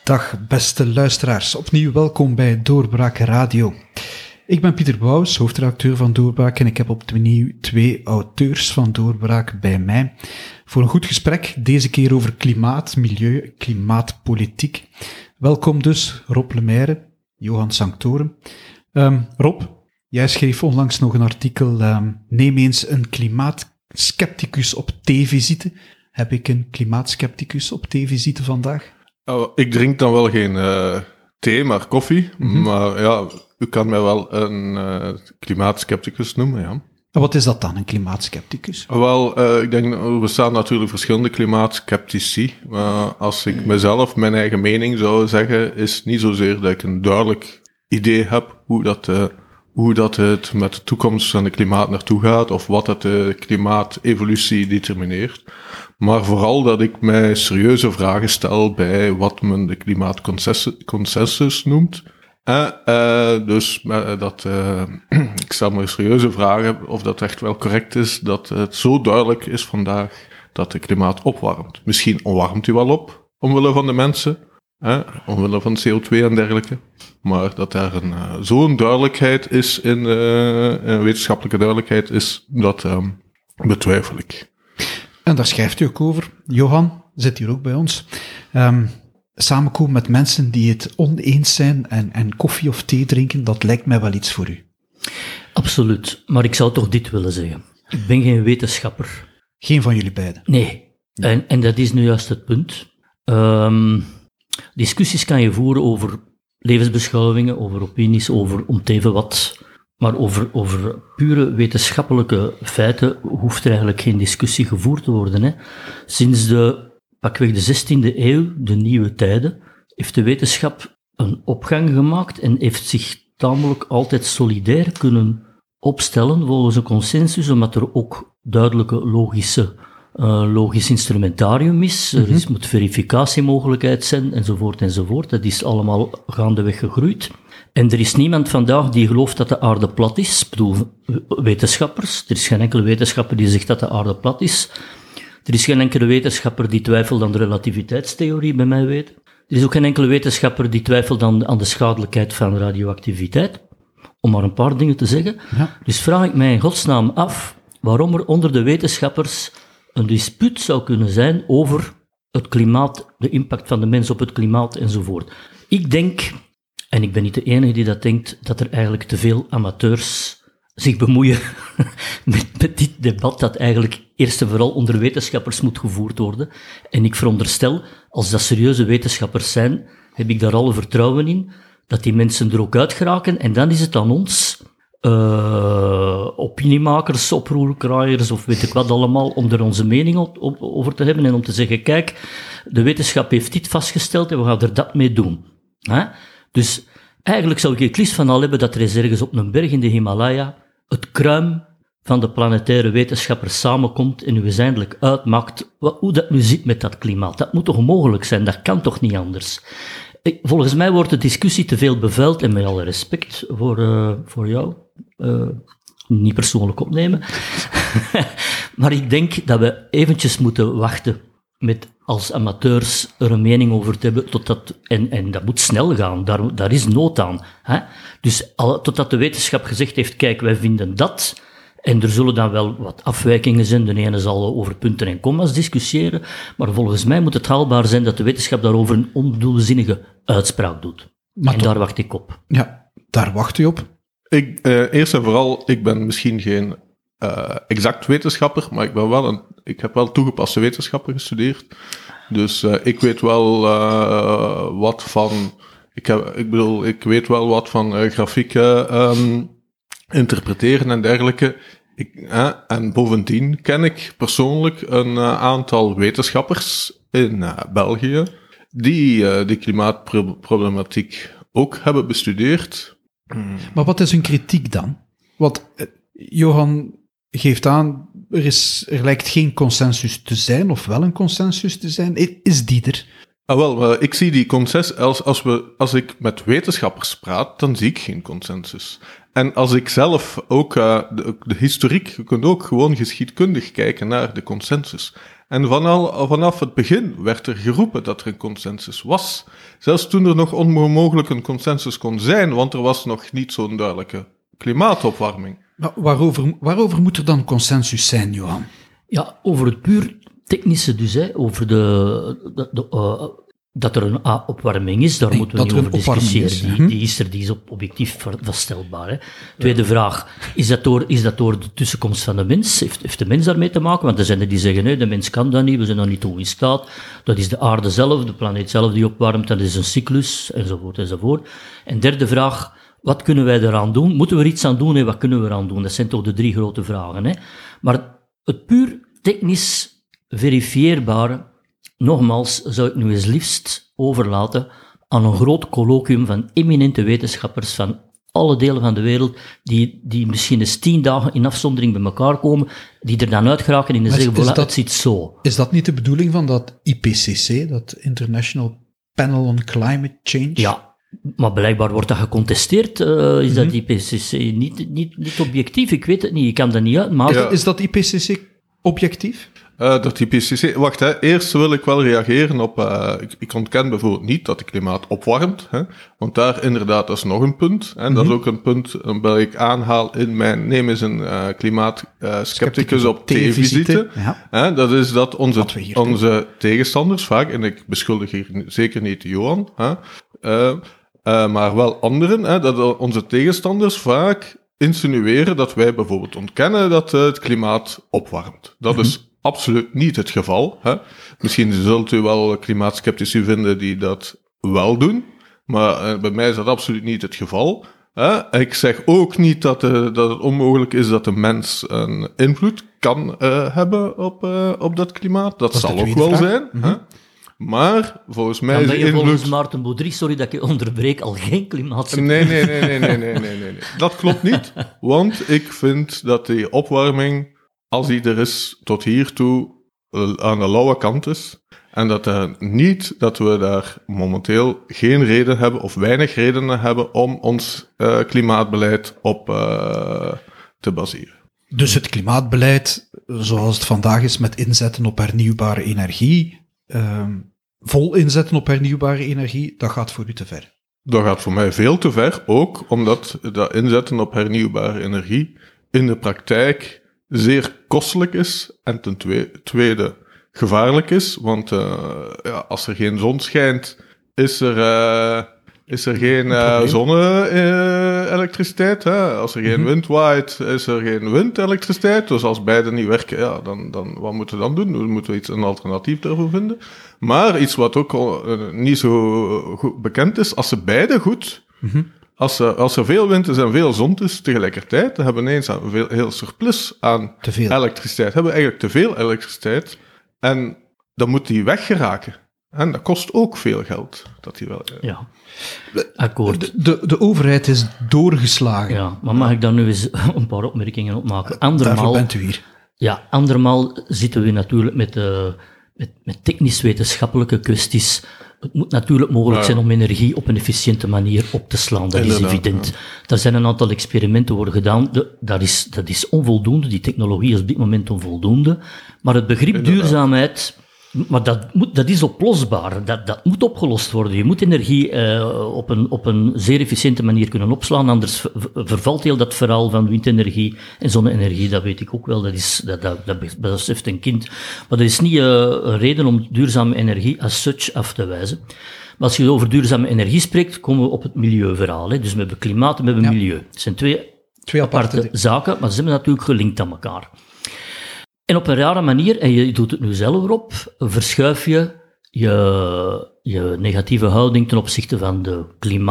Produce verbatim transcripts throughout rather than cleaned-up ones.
Dag beste luisteraars, opnieuw welkom bij Doorbraak Radio. Ik ben Pieter Bouwens, hoofdredacteur van Doorbraak en ik heb opnieuw twee auteurs van Doorbraak bij mij voor een goed gesprek, deze keer over klimaat, milieu, klimaatpolitiek. Welkom dus Rob Lemaire, Johan Sanctoren. Um, Rob, jij schreef onlangs nog een artikel, um, neem eens een klimaatskepticus op theevisite. Heb ik een klimaatskepticus op theevisite vandaag? Oh, ik drink dan wel geen uh, thee, maar koffie. Mm-hmm. Maar ja, u kan mij wel een uh, klimaatskepticus noemen, ja. En wat is dat dan, een klimaatskepticus? Wel, uh, ik denk, er bestaan natuurlijk verschillende klimaatskeptici. Maar als ik mezelf mijn eigen mening zou zeggen, is niet zozeer dat ik een duidelijk idee heb hoe dat, uh, hoe dat het met de toekomst van het klimaat naartoe gaat, of wat het de klimaatevolutie determineert. Maar vooral dat ik mij serieuze vragen stel bij wat men de klimaatconsensus noemt. En, uh, dus uh, dat, uh, ik stel me serieuze vragen of dat echt wel correct is dat het zo duidelijk is vandaag dat het klimaat opwarmt. Misschien warmt hij wel op, omwille van de mensen, eh, omwille van C O twee en dergelijke. Maar dat er een, uh, zo'n duidelijkheid is, in uh, een wetenschappelijke duidelijkheid is, dat um, betwijfel ik. En daar schrijft u ook over. Johan zit hier ook bij ons. Um, samenkomen met mensen die het oneens zijn en, en koffie of thee drinken, dat lijkt mij wel iets voor u. Absoluut, maar ik zou toch dit willen zeggen. Ik ben geen wetenschapper. Geen van jullie beiden? Nee, ja. en, en dat is nu juist het punt. Um, discussies kan je voeren over levensbeschouwingen, over opinies, over om te even wat... Maar over, over pure wetenschappelijke feiten hoeft er eigenlijk geen discussie gevoerd te worden. Hè. Sinds de, pakweg de zestiende eeuw, de nieuwe tijden, heeft de wetenschap een opgang gemaakt en heeft zich tamelijk altijd solidair kunnen opstellen volgens een consensus, omdat er ook duidelijke logische, uh, logisch instrumentarium is. Mm-hmm. Er is, moet verificatiemogelijkheid zijn, enzovoort, enzovoort. Dat is allemaal gaandeweg gegroeid. En er is niemand vandaag die gelooft dat de aarde plat is. Ik bedoel, wetenschappers. Er is geen enkele wetenschapper die zegt dat de aarde plat is. Er is geen enkele wetenschapper die twijfelt aan de relativiteitstheorie, bij mij weet. Er is ook geen enkele wetenschapper die twijfelt aan, aan de schadelijkheid van radioactiviteit. Om maar een paar dingen te zeggen. Ja. Dus vraag ik mij in godsnaam af waarom er onder de wetenschappers een dispuut zou kunnen zijn over het klimaat, de impact van de mens op het klimaat enzovoort. Ik denk... En ik ben niet de enige die dat denkt, dat er eigenlijk te veel amateurs zich bemoeien met, met dit debat dat eigenlijk eerst en vooral onder wetenschappers moet gevoerd worden. En ik veronderstel, als dat serieuze wetenschappers zijn, heb ik daar alle vertrouwen in, dat die mensen er ook uit geraken. En dan is het aan ons, uh, opiniemakers, oproerkraaiers of weet ik wat allemaal, om er onze mening op, op, over te hebben en om te zeggen, kijk, de wetenschap heeft dit vastgesteld en we gaan er dat mee doen. Huh? Dus eigenlijk zou ik het liefst van al hebben dat er eens ergens op een berg in de Himalaya het kruim van de planetaire wetenschappers samenkomt en u eens eindelijk uitmaakt wat, hoe dat nu zit met dat klimaat. Dat moet toch mogelijk zijn? Dat kan toch niet anders? Volgens mij wordt de discussie te veel bevuild en met alle respect voor, uh, voor jou, uh, niet persoonlijk opnemen, maar ik denk dat we eventjes moeten wachten met als amateurs er een mening over te hebben, totdat, en, en dat moet snel gaan, daar, daar is nood aan. Hè? Dus al, totdat de wetenschap gezegd heeft, kijk, wij vinden dat, en er zullen dan wel wat afwijkingen zijn, de ene zal over punten en commas discussiëren, maar volgens mij moet het haalbaar zijn dat de wetenschap daarover een ondoelzinnige uitspraak doet. Maar en toch, daar wacht ik op. Ja, daar wacht u op. Ik, eh, eerst en vooral, ik ben misschien geen uh, exact wetenschapper, maar ik ben wel een Ik heb wel toegepaste wetenschappen gestudeerd, dus uh, ik weet wel uh, wat van, ik, heb, ik bedoel, ik weet wel wat van uh, grafieken um, interpreteren en dergelijke. Ik, eh, en bovendien ken ik persoonlijk een uh, aantal wetenschappers in uh, België die uh, de klimaatproblematiek ook hebben bestudeerd. Maar wat is hun kritiek dan? Want uh, Johan geeft aan, er, is, er lijkt geen consensus te zijn, of wel een consensus te zijn. Is die er? Ah, wel, uh, ik zie die consensus, als, als, we, als ik met wetenschappers praat, dan zie ik geen consensus. En als ik zelf ook, uh, de, de historiek, je kunt ook gewoon geschiedkundig kijken naar de consensus. En vanaf, vanaf het begin werd er geroepen dat er een consensus was. Zelfs toen er nog onmogelijk een consensus kon zijn, want er was nog niet zo'n duidelijke klimaatopwarming. Maar waarover, waarover moet er dan consensus zijn, Johan? Ja, over het puur technische dus, hè, over de, de, de, uh, dat er een A-opwarming is, daar Nee, moeten we dat niet er over een opwarming discussiëren. is, Die, hm? die is er, die is op objectief ver- vaststellbaar. Hè. Tweede vraag, is dat, door, is dat door de tussenkomst van de mens? Heeft, heeft de mens daarmee te maken? Want er zijn er die zeggen, nee, de mens kan dat niet, we zijn er niet toe in staat. Dat is de aarde zelf, de planeet zelf die opwarmt, dat is een cyclus, enzovoort, enzovoort. En derde vraag, wat kunnen wij eraan doen? Moeten we er iets aan doen en wat kunnen we eraan doen? Dat zijn toch de drie grote vragen. Hè? Maar het puur technisch verifieerbare, nogmaals, zou ik nu eens liefst overlaten aan een groot colloquium van eminente wetenschappers van alle delen van de wereld, die, die misschien eens tien dagen in afzondering bij elkaar komen, die er dan uit geraken en Maar is- zeggen, is voilà, dat- het zit zo. Is dat niet de bedoeling van dat I P C C, dat International Panel on Climate Change? Ja, maar blijkbaar wordt dat gecontesteerd. Uh, is dat I P C C niet, niet, niet objectief? Ik weet het niet, ik kan dat niet uitmaken. Ja. Is dat I P C C objectief? Uh, dat I P C C... Wacht, hè. Eerst wil ik wel reageren op... Uh, ik, ik ontken bijvoorbeeld niet dat het klimaat opwarmt. Hè, want daar inderdaad, dat is nog een punt. En dat is ook een punt uh, dat ik aanhaal in mijn... Neem eens een uh, klimaatskepticus uh, op T-visite. Ja. Hè, dat is dat onze, Wat we hier doen. onze tegenstanders vaak... En ik beschuldig hier n- zeker niet Johan... Hè, uh, uh, maar wel anderen... Hè, dat onze tegenstanders vaak insinueren dat wij bijvoorbeeld ontkennen dat uh, het klimaat opwarmt. Dat Mhm. is absoluut niet het geval. Hè. Misschien zult u wel klimaatskeptici vinden die dat wel doen, maar uh, bij mij is dat absoluut niet het geval. Hè. Ik zeg ook niet dat, uh, dat het onmogelijk is dat de mens een invloed kan uh, hebben op, uh, op dat klimaat. Dat, is de zal ook tweede wel vraag. zijn. Mhm. Hè. Maar volgens mij Dan is ben de je volgens invloed... Maarten Baudry, sorry dat ik je onderbreek, al geen klimaatschep. Nee, nee, nee, nee, nee, nee, nee, nee, nee. Dat klopt niet, want ik vind dat die opwarming, als die er is tot hiertoe, uh, aan de lauwe kant is. En dat er niet, dat we daar momenteel geen reden hebben, of weinig redenen hebben, om ons uh, klimaatbeleid op uh, te baseren. Dus het klimaatbeleid, zoals het vandaag is met inzetten op hernieuwbare energie, ehm, vol inzetten op hernieuwbare energie, dat gaat voor u te ver. Dat gaat voor mij veel te ver, ook omdat dat inzetten op hernieuwbare energie in de praktijk zeer kostelijk is en ten twe- tweede gevaarlijk is, want uh, ja, als er geen zon schijnt, is er, uh, is er geen uh, zonne-elektriciteit. Uh, als er geen Mhm. wind waait, is er geen windelektriciteit. Dus als beide niet werken, ja, dan, dan, wat moeten we dan doen? Dan moeten we iets, een alternatief daarvoor vinden. Maar iets wat ook uh, niet zo goed bekend is, als ze beide goed... Mhm. Als er, als er veel wind is en veel zon is tegelijkertijd, dan hebben we ineens een veel, heel surplus aan Te veel. elektriciteit. Hebben we eigenlijk te veel elektriciteit en dan moet die weggeraken. En dat kost ook veel geld. Dat die wel, Ja, akkoord. De, de, de overheid is doorgeslagen. Ja, maar mag ik daar nu eens een paar opmerkingen op maken? Daarvoor Andermaal, bent u hier. ja, andermaal zitten we natuurlijk met, uh, met, met technisch-wetenschappelijke kwesties. Het moet natuurlijk mogelijk Ja. zijn om energie op een efficiënte manier op te slaan. Dat Inderdaad, is evident. Er zijn een aantal experimenten worden gedaan. De, dat, is, dat is onvoldoende. Die technologie is op dit moment onvoldoende. Maar het begrip Inderdaad. duurzaamheid... Maar dat, moet, dat is oplosbaar. Dat, dat moet opgelost worden. Je moet energie uh, op, een, op een zeer efficiënte manier kunnen opslaan. Anders v- vervalt heel dat verhaal van windenergie en zonne-energie. Dat weet ik ook wel. Dat, is, dat, dat, dat beseft een kind. Maar dat is niet uh, een reden om duurzame energie as such af te wijzen. Maar als je over duurzame energie spreekt, komen we op het milieuverhaal. Hè. Dus we hebben klimaat en we hebben Ja. milieu. Het zijn twee, Twee aparte aparte dingen. zaken, maar ze zijn natuurlijk gelinkt aan elkaar. En op een rare manier, en je doet het nu zelf erop, verschuif je je, je negatieve houding ten opzichte van de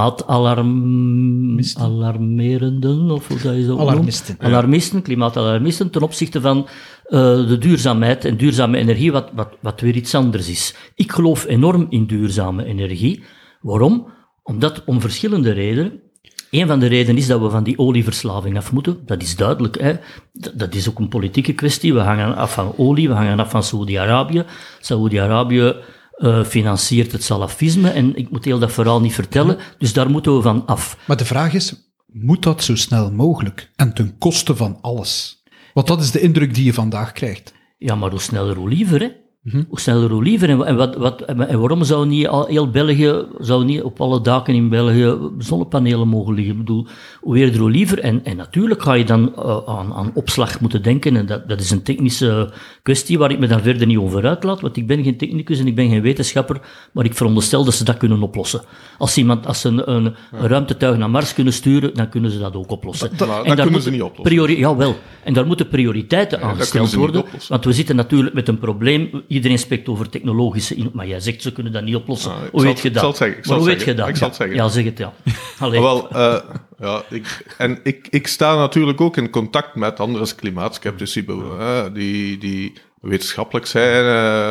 klimaatalarmerenden, of hoe dat je zo noemt. Alarmisten. Alarmisten, klimaatalarmisten, ten opzichte van uh, de duurzaamheid en duurzame energie, wat, wat, wat weer iets anders is. Ik geloof enorm in duurzame energie. Waarom? Omdat, om verschillende redenen. Een van de redenen is dat we van die olieverslaving af moeten. Dat is duidelijk. Hè? Dat, dat is ook een politieke kwestie. We hangen af van olie, we hangen af van Saoedi-Arabië. Saoedi-Arabië uh, financiert het salafisme en ik moet heel dat verhaal niet vertellen. Dus daar moeten we van af. Maar de vraag is, moet dat zo snel mogelijk? En ten koste van alles? Want dat is de indruk die je vandaag krijgt. Ja, maar hoe sneller, hoe liever. Hè? Mm-hmm. Hoe sneller, hoe liever. En, en, wat, wat, en waarom zou niet al heel België, zou niet op alle daken in België zonnepanelen mogen liggen? Ik bedoel, hoe eerder, hoe liever. En, en natuurlijk ga je dan uh, aan, aan opslag moeten denken. En dat, dat is een technische kwestie waar ik me dan verder niet over uitlaat. Want ik ben geen technicus en ik ben geen wetenschapper. Maar ik veronderstel dat ze dat kunnen oplossen. Als iemand, als ze een, een, een ruimtetuig naar Mars kunnen sturen, dan kunnen ze dat ook oplossen. Dat, dat, en dat kunnen ze niet oplossen. Priori- jawel. En daar moeten prioriteiten ja, aan gesteld worden. Want we zitten natuurlijk met een probleem. Iedereen spreekt over technologische in, maar jij zegt ze kunnen dat niet oplossen. Ah, hoe weet je dat? Zeggen, maar hoe weet zeggen. je dat? Ik zal het zeggen. Ja, zeg het, ja. Allee. Wel, uh, ja ik, en ik, ik sta natuurlijk ook in contact met andere klimaatskeptici, uh, die, die wetenschappelijk zijn,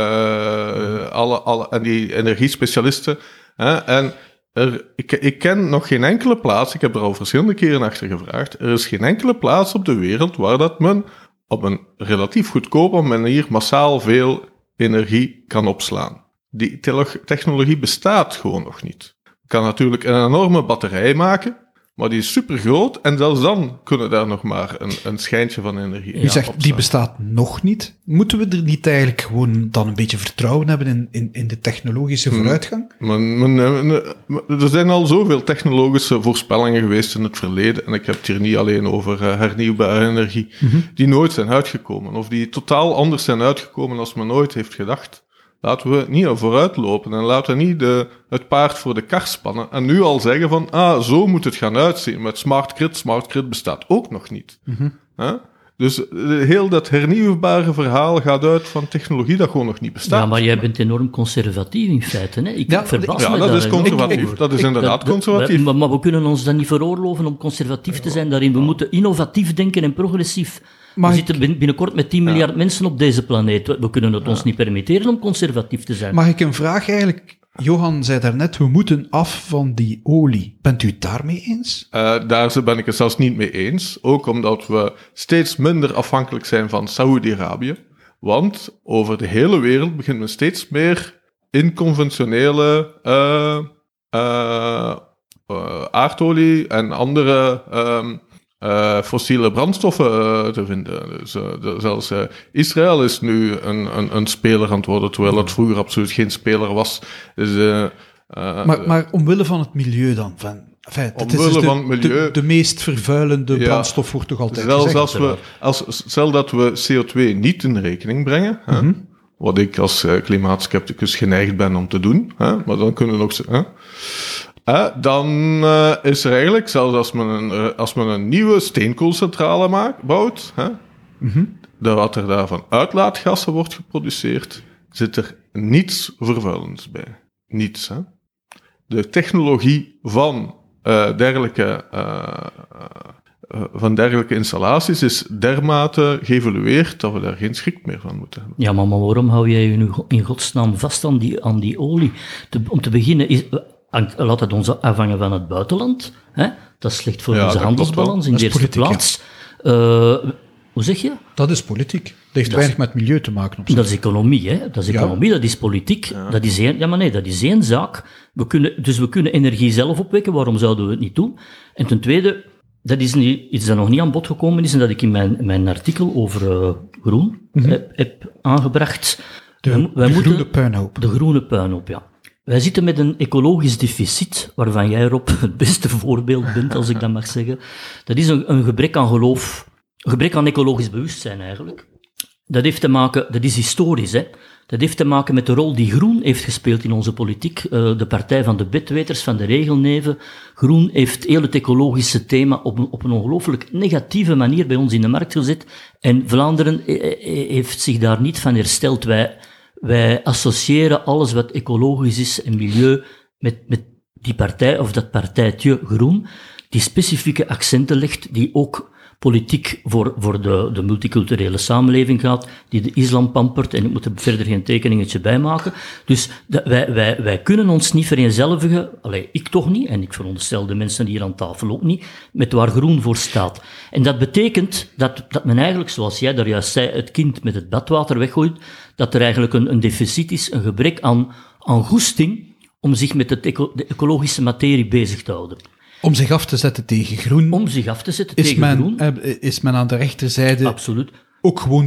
uh, alle, alle, en die energiespecialisten. Uh, en er, ik, ik ken nog geen enkele plaats, ik heb er al verschillende keren achter gevraagd, er is geen enkele plaats op de wereld waar dat men op een relatief goedkope manier massaal veel energie kan opslaan. Die technologie bestaat gewoon nog niet. Je kan natuurlijk een enorme batterij maken, maar die is super groot en zelfs dan kunnen daar nog maar een, een schijntje van energie in U zegt, opslaan. Die bestaat nog niet. Moeten we er niet eigenlijk gewoon dan een beetje vertrouwen hebben in, in, in de technologische vooruitgang? Men, men, men, er zijn al zoveel technologische voorspellingen geweest in het verleden, en ik heb het hier niet alleen over uh, hernieuwbare energie, mm-hmm. die nooit zijn uitgekomen, of die totaal anders zijn uitgekomen als men ooit heeft gedacht. Laten we niet vooruit lopen en laten we niet de, het paard voor de kar spannen en nu al zeggen van, ah, zo moet het gaan uitzien. Met smart grid, smart grid bestaat ook nog niet. Mm-hmm. Huh? Dus heel dat hernieuwbare verhaal gaat uit van technologie dat gewoon nog niet bestaat. Ja, maar jij bent enorm conservatief in feite. Hè? Ik ja, verbaas ja me dat daar is conservatief. Ik, ik, dat is inderdaad dat, conservatief. Maar, maar we kunnen ons dan niet veroorloven om conservatief te zijn daarin. We moeten innovatief denken en progressief. Maar we ik... zitten binnenkort met tien miljard ja. mensen op deze planeet. We kunnen het ja. ons niet permitteren om conservatief te zijn. Mag ik een vraag eigenlijk... Johan zei daarnet, we moeten af van die olie. Bent u het daarmee eens? Uh, daar ben ik het zelfs niet mee eens. Ook omdat we steeds minder afhankelijk zijn van Saoedi-Arabië. Want over de hele wereld begint men steeds meer in conventionele uh, uh, uh, aardolie en andere... Um, Uh, fossiele brandstoffen uh, te vinden. Dus, uh, de, zelfs uh, Israël is nu een, een, een speler aan het worden, terwijl het vroeger absoluut geen speler was. Dus, uh, uh, maar, maar omwille van het milieu dan? Van, enfin, omwille is dus de, van het milieu... De, de meest vervuilende ja, brandstof wordt toch altijd zelfs gezegd? Als we, als, stel dat we C O twee niet in rekening brengen, mm-hmm. hè, wat ik als uh, klimaatskepticus geneigd ben om te doen, hè, maar dan kunnen we ook... Hè, Uh, dan uh, is er eigenlijk, zelfs als men een, uh, als men een nieuwe steenkoolcentrale maakt, bouwt, hè, mm-hmm. de, wat er daar van uitlaatgassen wordt geproduceerd, zit er niets vervuilends bij. Niets. Hè. De technologie van, uh, dergelijke, uh, uh, van dergelijke installaties is dermate geëvolueerd dat we daar geen schrik meer van moeten hebben. Ja, maar, maar waarom hou jij je nu in godsnaam vast aan die, aan die olie? Te, om te beginnen is... Laat het ons afhangen van het buitenland. Hè? Dat is slecht voor ja, onze handelsbalans in de eerste politiek, plaats. Ja. Uh, hoe zeg je? Dat is politiek. Dat heeft dat weinig is, met milieu te maken. Dat is economie. Hè? Dat is economie, ja. dat is politiek. Ja. Dat is één, ja, maar nee, dat is één zaak. We kunnen, dus we kunnen energie zelf opwekken. Waarom zouden we het niet doen? En ten tweede, dat is niet, iets dat nog niet aan bod gekomen is en dat ik in mijn, mijn artikel over uh, groen mm-hmm. heb, heb aangebracht. De, wij, wij de moeten, groene puinhoop. De groene puinhoop, ja. Wij zitten met een ecologisch deficit, waarvan jij, Rob, het beste voorbeeld bent, als ik dat mag zeggen. Dat is een, een gebrek aan geloof, een gebrek aan ecologisch bewustzijn eigenlijk. Dat heeft te maken, dat is historisch, hè. Dat heeft te maken met de rol die Groen heeft gespeeld in onze politiek. Uh, de partij van de bedweters, van de regelneven. Groen heeft heel het ecologische thema op een, op een ongelooflijk negatieve manier bij ons in de markt gezet. En Vlaanderen heeft zich daar niet van hersteld. Wij... Wij associëren alles wat ecologisch is en milieu met, met die partij of dat partijtje Groen, die specifieke accenten legt, die ook politiek voor, voor de, de multiculturele samenleving gaat, die de islam pampert, en ik moet er verder geen tekeningetje bij maken. Dus dat, wij, wij, wij kunnen ons niet vereenzelvigen, allee, ik toch niet, en ik veronderstel de mensen hier aan tafel ook niet, met waar Groen voor staat. En dat betekent dat, dat men eigenlijk, zoals jij daar juist zei, het kind met het badwater weggooit, dat er eigenlijk een, een deficit is, een gebrek aan, aan goesting om zich met het eco, de ecologische materie bezig te houden. Om zich af te zetten tegen groen. Om zich af te zetten is tegen men, groen. Is men aan de rechterzijde Absoluut. ook gewoon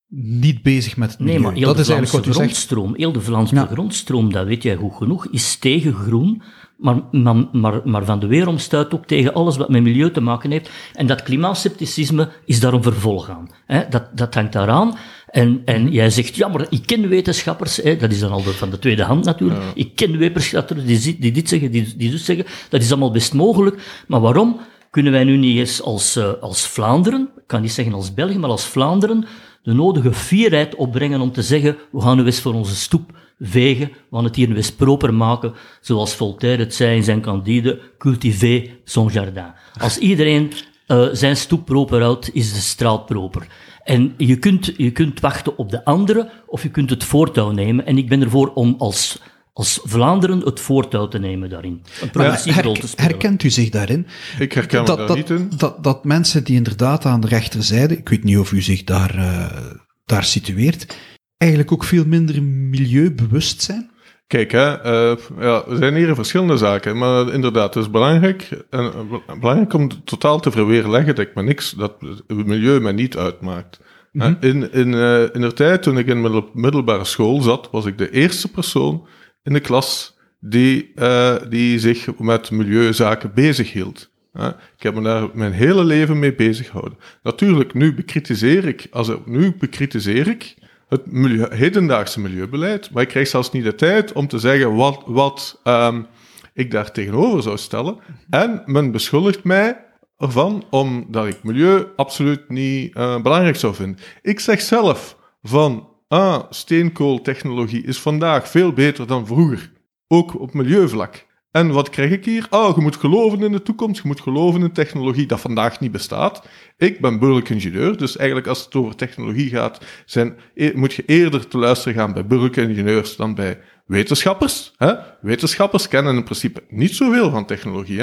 niet bezig met het milieu. Nee, maar heel dat de is eigenlijk Vlaamse wat u zegt. grondstroom, heel de Vlaamse Ja. grondstroom, dat weet jij goed genoeg, is tegen groen, maar, maar, maar, maar van de weeromstuit ook tegen alles wat met milieu te maken heeft. En dat klimaatscepticisme is daar een vervolg aan. Hè? Dat, dat hangt daaraan. En, en jij zegt, ja, maar ik ken wetenschappers, hè? Dat is dan al van de tweede hand natuurlijk, ja. Ik ken wetenschappers die, die dit zeggen, die, die dit zeggen, dat is allemaal best mogelijk. Maar waarom kunnen wij nu niet eens als, uh, als Vlaanderen, ik kan niet zeggen als België, maar als Vlaanderen, de nodige fierheid opbrengen om te zeggen, we gaan nu eens voor onze stoep vegen, we gaan het hier nu eens proper maken, zoals Voltaire het zei in zijn Candide, cultiver son jardin. Als iedereen uh, zijn stoep proper houdt, is de straat proper. En je kunt, je kunt wachten op de anderen, of je kunt het voortouw nemen. En ik ben ervoor om als, als Vlaanderen het voortouw te nemen daarin. Een progressief Ja, rol herk- te spelen. herkent u zich daarin? Ik herken me dat, daar dat, niet in. Dat, dat mensen die inderdaad aan de rechterzijde, ik weet niet of u zich daar, uh, daar situeert, eigenlijk ook veel minder milieubewust zijn? Kijk, hè, uh, ja, er zijn hier verschillende zaken, maar inderdaad, het is belangrijk, en, uh, belangrijk om totaal te verweerleggen dat ik me niks, dat het milieu mij niet uitmaakt. Mm-hmm. Uh, in, in, uh, in de tijd, toen ik in middel, middelbare school zat, was ik de eerste persoon in de klas die, uh, die zich met milieuzaken bezighield. Uh, ik heb me daar mijn hele leven mee bezig gehouden. Natuurlijk, nu bekritiseer ik, als ik, nu bekritiseer ik het milieu, hedendaagse milieubeleid, maar ik krijg zelfs niet de tijd om te zeggen wat, wat um, ik daar tegenover zou stellen. En men beschuldigt mij ervan omdat ik milieu absoluut niet uh, belangrijk zou vinden. Ik zeg zelf van, ah, steenkooltechnologie is vandaag veel beter dan vroeger, ook op milieuvlak. En wat krijg ik hier? Oh, je moet geloven in de toekomst, je moet geloven in technologie dat vandaag niet bestaat. Ik ben burgerlijk ingenieur, dus eigenlijk als het over technologie gaat, zijn, moet je eerder te luisteren gaan bij burgerlijke ingenieurs dan bij wetenschappers. Hè? Wetenschappers kennen in principe niet zoveel van technologie, hè?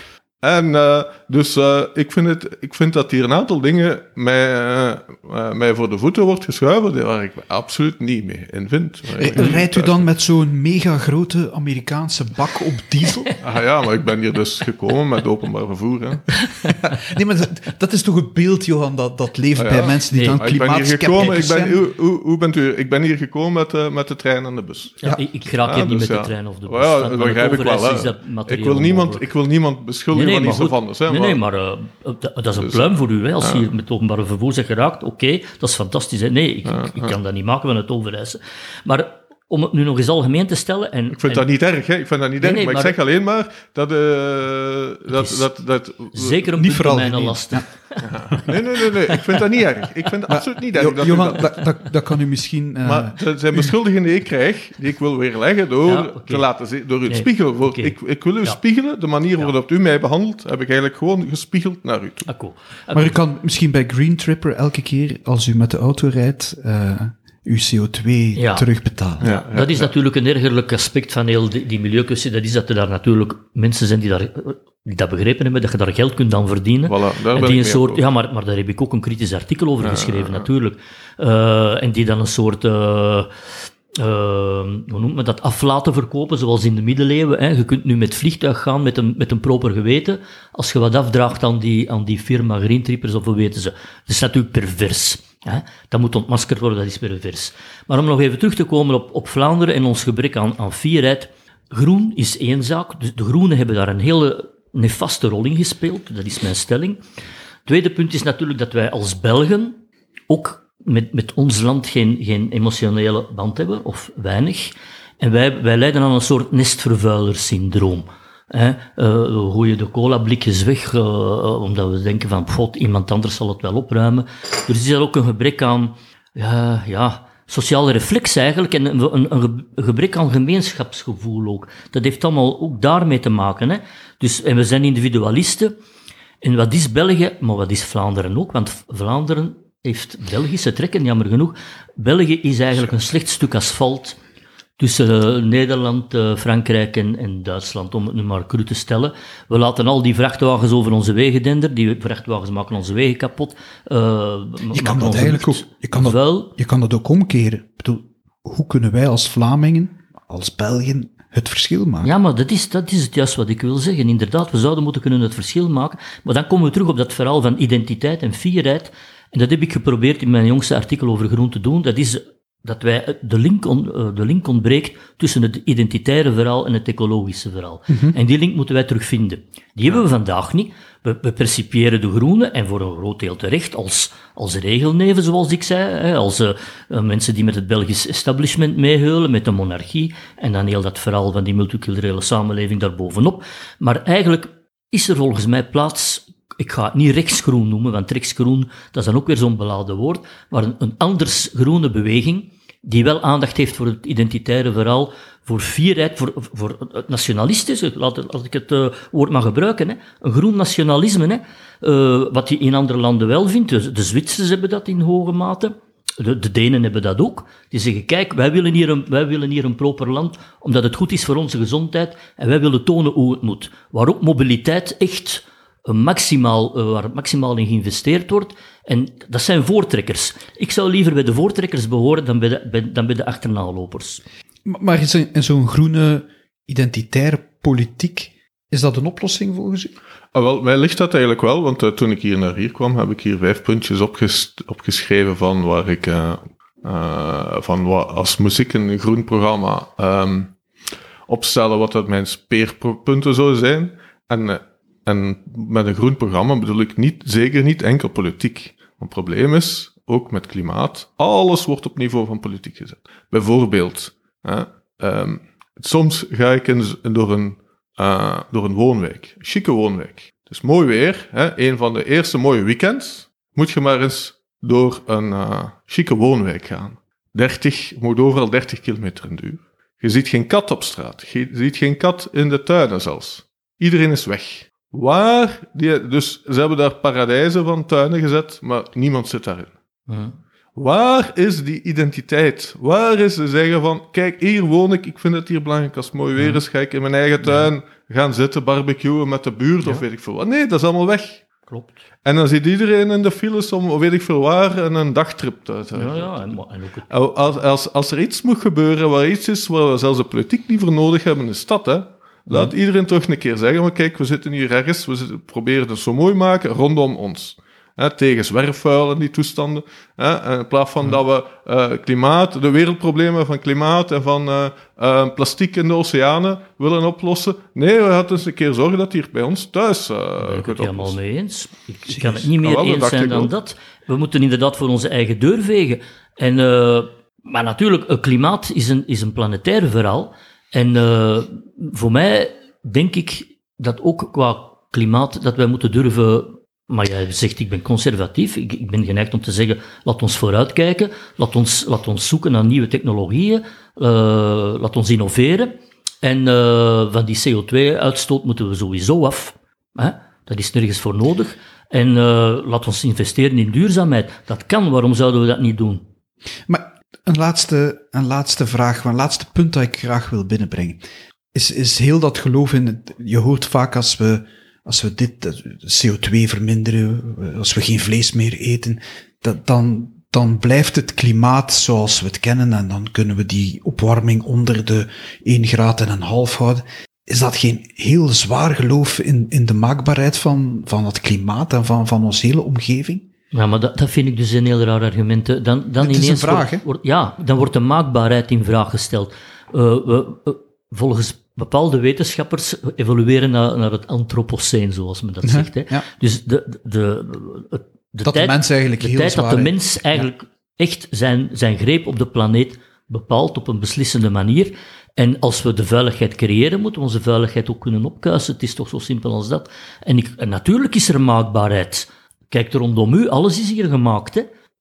En uh, dus uh, ik, vind het, ik vind dat hier een aantal dingen mij, uh, uh, mij voor de voeten wordt geschuiven waar ik me absoluut niet mee in vind. Rijdt u dan met zo'n mega grote Amerikaanse bak op diesel? Ah ja, maar ik ben hier dus gekomen met openbaar vervoer. Hè. Nee, maar dat, dat is toch het beeld, Johan, dat, dat leeft ah, ja. bij mensen die nee, dan klimaatskeptisch zijn? Hoe, hoe, hoe bent u? Ik ben hier gekomen met, uh, met de trein en de bus. Ja, ja. Ik raak hier ja, niet dus met ja. de trein of de bus. Ja, dat begrijp ik wel. Ik wil, niemand, ik wil niemand beschuldigen. Nee, nee, Iets anders, hè, nee, maar... nee, maar uh, dat is een dus, pluim voor u. Hè. Als ja. je hier met openbare vervoer zegt geraakt, oké, okay, dat is fantastisch. Hè. Nee, ik, ja, ik, ik kan dat niet maken van het Overijssel. Maar om het nu nog eens algemeen te stellen... En, ik vind en, dat niet erg, hè. Ik vind dat niet nee, erg, nee, maar, maar ik zeg alleen maar dat... Uh, dat, dat, dat zeker een niet punt mijn lasten. Ja. Nee, nee, nee, nee, ik vind dat niet erg. Ik vind dat maar, absoluut niet erg. Jo, dat Johan, dat, dat, dat kan u misschien... Uh, maar het zijn beschuldigingen die ik krijg, die ik wil weerleggen door, ja, okay. te laten zien, door u te nee, spiegelen. Voor, okay. ik, ik wil u ja. spiegelen, de manier ja. waarop u mij behandelt, heb ik eigenlijk gewoon gespiegeld naar u toe. Ah, cool. Ah, maar u kan misschien bij Green Tripper elke keer, als u met de auto rijdt... Uh, uw C O twee ja. terugbetalen. Ja, ja, dat is ja. natuurlijk een ergerlijk aspect van heel die, die milieukwestie. Dat is dat er daar natuurlijk mensen zijn die, daar, die dat begrepen hebben, dat je daar geld kunt aan verdienen. Voilà, daar en ben die ik een soort, ja, maar, maar daar heb ik ook een kritisch artikel over ja, geschreven, ja, ja. natuurlijk. Uh, en die dan een soort... Uh, Uh, hoe noemt men dat, aflaten verkopen, zoals in de middeleeuwen. Hè. Je kunt nu met vliegtuig gaan met een, met een proper geweten, als je wat afdraagt aan die, aan die firma Green Trippers, of hoe weten ze. Dat is natuurlijk pervers. Hè. Dat moet ontmaskerd worden, dat is pervers. Maar om nog even terug te komen op, op Vlaanderen en ons gebrek aan, aan fierheid. Groen is één zaak. Dus de Groenen hebben daar een hele nefaste rol in gespeeld. Dat is mijn stelling. Tweede punt is natuurlijk dat wij als Belgen ook met, met ons land geen, geen emotionele band hebben, of weinig. En wij, wij lijden aan een soort nestvervuilersyndroom. Hè? Uh, we gooien de colablikjes weg, uh, omdat we denken van, god, iemand anders zal het wel opruimen. Er is ook een gebrek aan, ja, ja, sociale reflex eigenlijk, en een, een, een gebrek aan gemeenschapsgevoel ook. Dat heeft allemaal ook daarmee te maken. Hè? Dus, en we zijn individualisten. En wat is België? Maar wat is Vlaanderen ook? Want Vlaanderen heeft Belgische trekken, jammer genoeg. België is eigenlijk een slecht stuk asfalt tussen uh, Nederland, uh, Frankrijk en, en Duitsland, om het nu maar cru te stellen. We laten al die vrachtwagens over onze wegen denderen. Die vrachtwagens maken onze wegen kapot. Uh, je kan dat eigenlijk ook, je kan dat, je kan dat ook omkeren. Ik bedoel, hoe kunnen wij als Vlamingen, als Belgen, het verschil maken? Ja, maar dat is, dat is het juist wat ik wil zeggen. Inderdaad, we zouden moeten kunnen het verschil maken. Maar dan komen we terug op dat verhaal van identiteit en fierheid. En dat heb ik geprobeerd in mijn jongste artikel over groen te doen. Dat is dat wij de link, on, de link ontbreekt tussen het identitaire verhaal en het ecologische verhaal. Mm-hmm. En die link moeten wij terugvinden. Die hebben we vandaag niet. We, we percipiëren de groenen, en voor een groot deel terecht, als, als regelneven, zoals ik zei, hè, als uh, mensen die met het Belgisch establishment meeheulen, met de monarchie, en dan heel dat verhaal van die multiculturele samenleving daarbovenop. Maar eigenlijk is er volgens mij plaats, ik ga het niet rechtsgroen noemen, want rechtsgroen, dat is dan ook weer zo'n beladen woord, maar een, een anders groene beweging, die wel aandacht heeft voor het identitaire verhaal, voor fierheid, voor, voor het nationalistische, laat, laat ik het uh, woord maar gebruiken, hè. Een groen nationalisme, hè. Uh, wat je in andere landen wel vindt. De, de Zwitsers hebben dat in hoge mate. De, de Denen hebben dat ook. Die zeggen, kijk, wij willen, hier een, wij willen hier een proper land, omdat het goed is voor onze gezondheid, en wij willen tonen hoe het moet. Waar ook mobiliteit echt maximaal, uh, waar maximaal in geïnvesteerd wordt. En dat zijn voortrekkers. Ik zou liever bij de voortrekkers behoren dan bij de, bij, dan bij de achternalopers. Maar is in zo'n groene identitaire politiek, is dat een oplossing volgens u? Ah, wel, mij ligt dat eigenlijk wel, want uh, toen ik hier naar hier kwam, heb ik hier vijf puntjes opges- opgeschreven van waar ik, uh, uh, van wat, als moest ik een groen programma um, opstellen, wat dat mijn speerpunten zou zijn. En, uh, en met een groen programma bedoel ik niet, zeker niet enkel politiek. Het probleem is, ook met klimaat, alles wordt op niveau van politiek gezet. Bijvoorbeeld, uh, um, soms ga ik in, door een Uh, door een woonwijk, een chique woonwijk. Het is mooi weer, hè? Een van de eerste mooie weekends, moet je maar eens door een uh, chique woonwijk gaan. dertig, moet overal dertig kilometer in de uur. Je ziet geen kat op straat, je ziet geen kat in de tuinen zelfs. Iedereen is weg. Waar, die, dus ze hebben daar paradijzen van tuinen gezet, maar niemand zit daarin. Uh-huh. Waar is die identiteit? Waar is ze zeggen van, kijk, hier woon ik, ik vind het hier belangrijk, als het mooi weer is, ga ik in mijn eigen tuin ja. gaan zitten, barbecuen met de buurt, ja. of weet ik veel wat. Nee, dat is allemaal weg. Klopt. En dan zit iedereen in de files om, weet ik veel waar, en een dagtrip uit te Ja, ja, en, en ook het... als, als, als er iets moet gebeuren, waar iets is, waar we zelfs de politiek niet voor nodig hebben in de stad, hè, laat ja. iedereen toch een keer zeggen, maar kijk, we zitten hier ergens, we zitten, proberen het zo mooi maken rondom ons. He, tegen zwerfvuil en die toestanden. He, in plaats van ja. dat we uh, klimaat, de wereldproblemen van klimaat en van uh, uh, plastic in de oceanen willen oplossen. Nee, we hadden eens een keer zorgen dat hier bij ons thuis uh, Daar ben ik het helemaal oplossen. mee eens. Ik, ik kan het niet meer ah, wel, eens zijn dan wel. dat. We moeten inderdaad voor onze eigen deur vegen. En, uh, maar natuurlijk, het klimaat is een, is een planetair verhaal. En uh, voor mij denk ik dat ook qua klimaat, dat wij moeten durven... Maar jij zegt, ik ben conservatief. Ik, ik ben geneigd om te zeggen, laat ons vooruitkijken. Laat ons, laat ons zoeken naar nieuwe technologieën. Uh, laat ons innoveren. En uh, van die C O twee uitstoot moeten we sowieso af. Hè? Dat is nergens voor nodig. En uh, laat ons investeren in duurzaamheid. Dat kan, waarom zouden we dat niet doen? Maar een laatste, een laatste vraag, een laatste punt dat ik graag wil binnenbrengen. Is, is heel dat geloof in... Het, je hoort vaak als we... Als we dit, C O twee verminderen, als we geen vlees meer eten, dat, dan, dan blijft het klimaat zoals we het kennen en dan kunnen we die opwarming onder de één graad en een half houden. Is dat geen heel zwaar geloof in, in de maakbaarheid van, van het klimaat en van, van onze hele omgeving? Ja, maar dat, dat vind ik dus een heel raar argument. Dan, dan het is ineens een vraag, wordt, hè? Wordt, ja, dan wordt de maakbaarheid in vraag gesteld. Uh, we, uh, volgens bepaalde wetenschappers evolueren naar, naar het antropoceen, zoals men dat zegt. Hè. Ja. Dus de, de, de, de dat tijd, de mens eigenlijk de heel tijd zwaar, dat de mens eigenlijk ja. echt zijn, zijn greep op de planeet bepaalt op een beslissende manier. En als we de vuiligheid creëren, moeten we onze vuiligheid ook kunnen opkuisen. Het is toch zo simpel als dat. En, ik, en natuurlijk is er maakbaarheid. Kijk er rondom u, alles is hier gemaakt. Hè.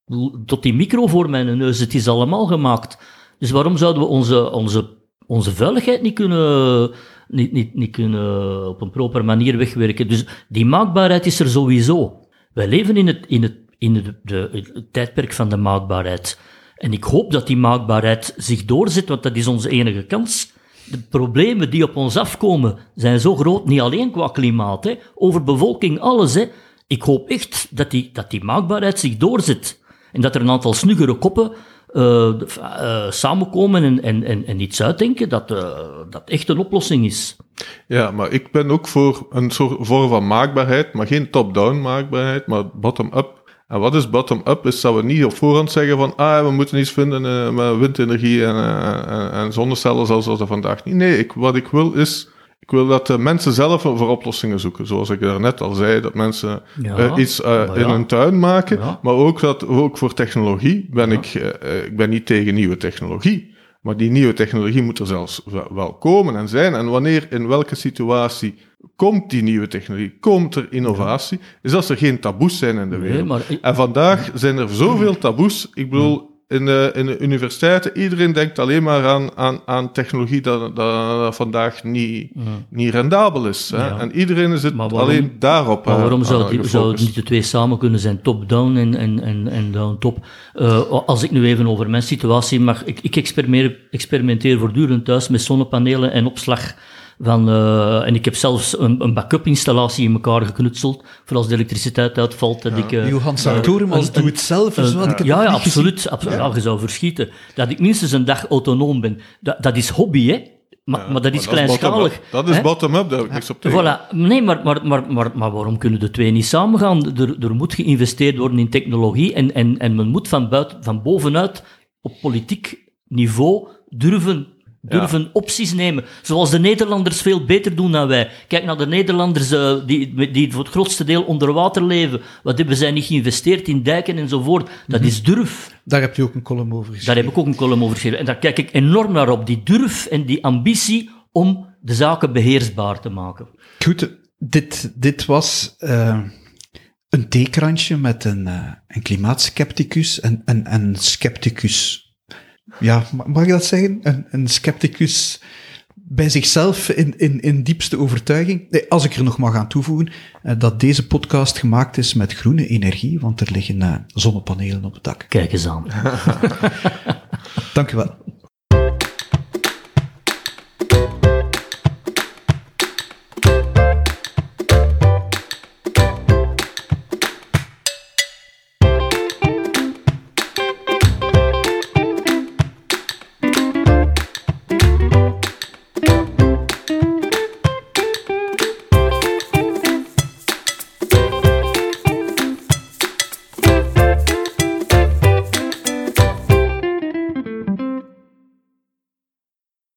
Tot die micro voor mijn neus, het is allemaal gemaakt. Dus waarom zouden we onze... onze onze vuiligheid niet kunnen, niet, niet, niet kunnen op een proper manier wegwerken. Dus die maakbaarheid is er sowieso. Wij leven in het, in het, in het, de, het tijdperk van de maakbaarheid. En ik hoop dat die maakbaarheid zich doorzet, want dat is onze enige kans. De problemen die op ons afkomen zijn zo groot, niet alleen qua klimaat, hè, over bevolking, alles. Hè. Ik hoop echt dat die, dat die maakbaarheid zich doorzet. En dat er een aantal snuggere koppen Uh, uh, samenkomen en, en, en, en iets uitdenken dat, uh, dat echt een oplossing is. Ja, maar ik ben ook voor een soort vorm van maakbaarheid, maar geen top-down maakbaarheid, maar bottom-up. En wat is bottom-up? Is dat we niet op voorhand zeggen van, ah, we moeten iets vinden uh, met windenergie en, uh, en, en zonnecellen zoals we vandaag niet. Nee, ik, wat ik wil is, ik wil dat de mensen zelf voor oplossingen zoeken. Zoals ik daarnet al zei, dat mensen Ja, uh, iets uh, ja. in hun tuin maken. Ja. Maar ook, dat, ook voor technologie ben Ja. ik, uh, ik ben niet tegen nieuwe technologie. Maar die nieuwe technologie moet er zelfs wel komen en zijn. En wanneer, in welke situatie komt die nieuwe technologie, komt er innovatie, is als er geen taboes zijn in de Nee, wereld. maar- En vandaag zijn er zoveel taboes. Ik bedoel, in de, in de universiteiten, iedereen denkt alleen maar aan, aan, aan technologie dat, dat, dat vandaag niet, niet rendabel is. Hè? Ja. En iedereen is het Maar waarom- alleen daarop Maar uh, waarom zou, uh, die, zou het gefocust. niet de twee samen kunnen zijn? Top-down en, en, en, en down-top. Uh, als ik nu even over mijn situatie mag... Ik, ik experimenteer, experimenteer voortdurend thuis met zonnepanelen en opslag van... Uh, en ik heb zelfs een, een backup-installatie in elkaar geknutseld, voor als de elektriciteit uitvalt, dat ik... Uh, Johan Sartorius als een- doe het zelf, een- zo had ik het ja, nog ja, niet gezien. absoluut. absoluut. Ja, je zou verschieten. Dat ik minstens een dag autonoom ben. Dat, dat is hobby, hè. Maar, Ja, maar dat is maar kleinschalig. bottom-up. Dat is hè. bottom-up, daar heb ik niks op tegen. Voilà. Nee, maar, maar, maar, maar, maar waarom kunnen de twee niet samengaan? Er, er moet geïnvesteerd worden in technologie en, en, en men moet van, buiten, van bovenuit op politiek niveau durven, durven opties nemen. Zoals de Nederlanders veel beter doen dan wij. Kijk naar de Nederlanders uh, die, die voor het grootste deel onder water leven. Wat hebben zij niet geïnvesteerd in dijken enzovoort? Dat Mhm. is durf. Daar heb je ook een column over geschreven. Daar heb ik ook een column over geschreven. En daar kijk ik enorm naar op. Die durf en die ambitie om de zaken beheersbaar te maken. Goed, dit, dit was uh, een theekrantje met een, uh, een klimaatskepticus en en een scepticus. Ja, ma- mag ik dat zeggen? Een, een scepticus bij zichzelf in, in, in diepste overtuiging. Nee, als ik er nog mag aan toevoegen, uh, dat deze podcast gemaakt is met groene energie, want er liggen uh, zonnepanelen op het dak. Kijk eens aan. Dank u wel.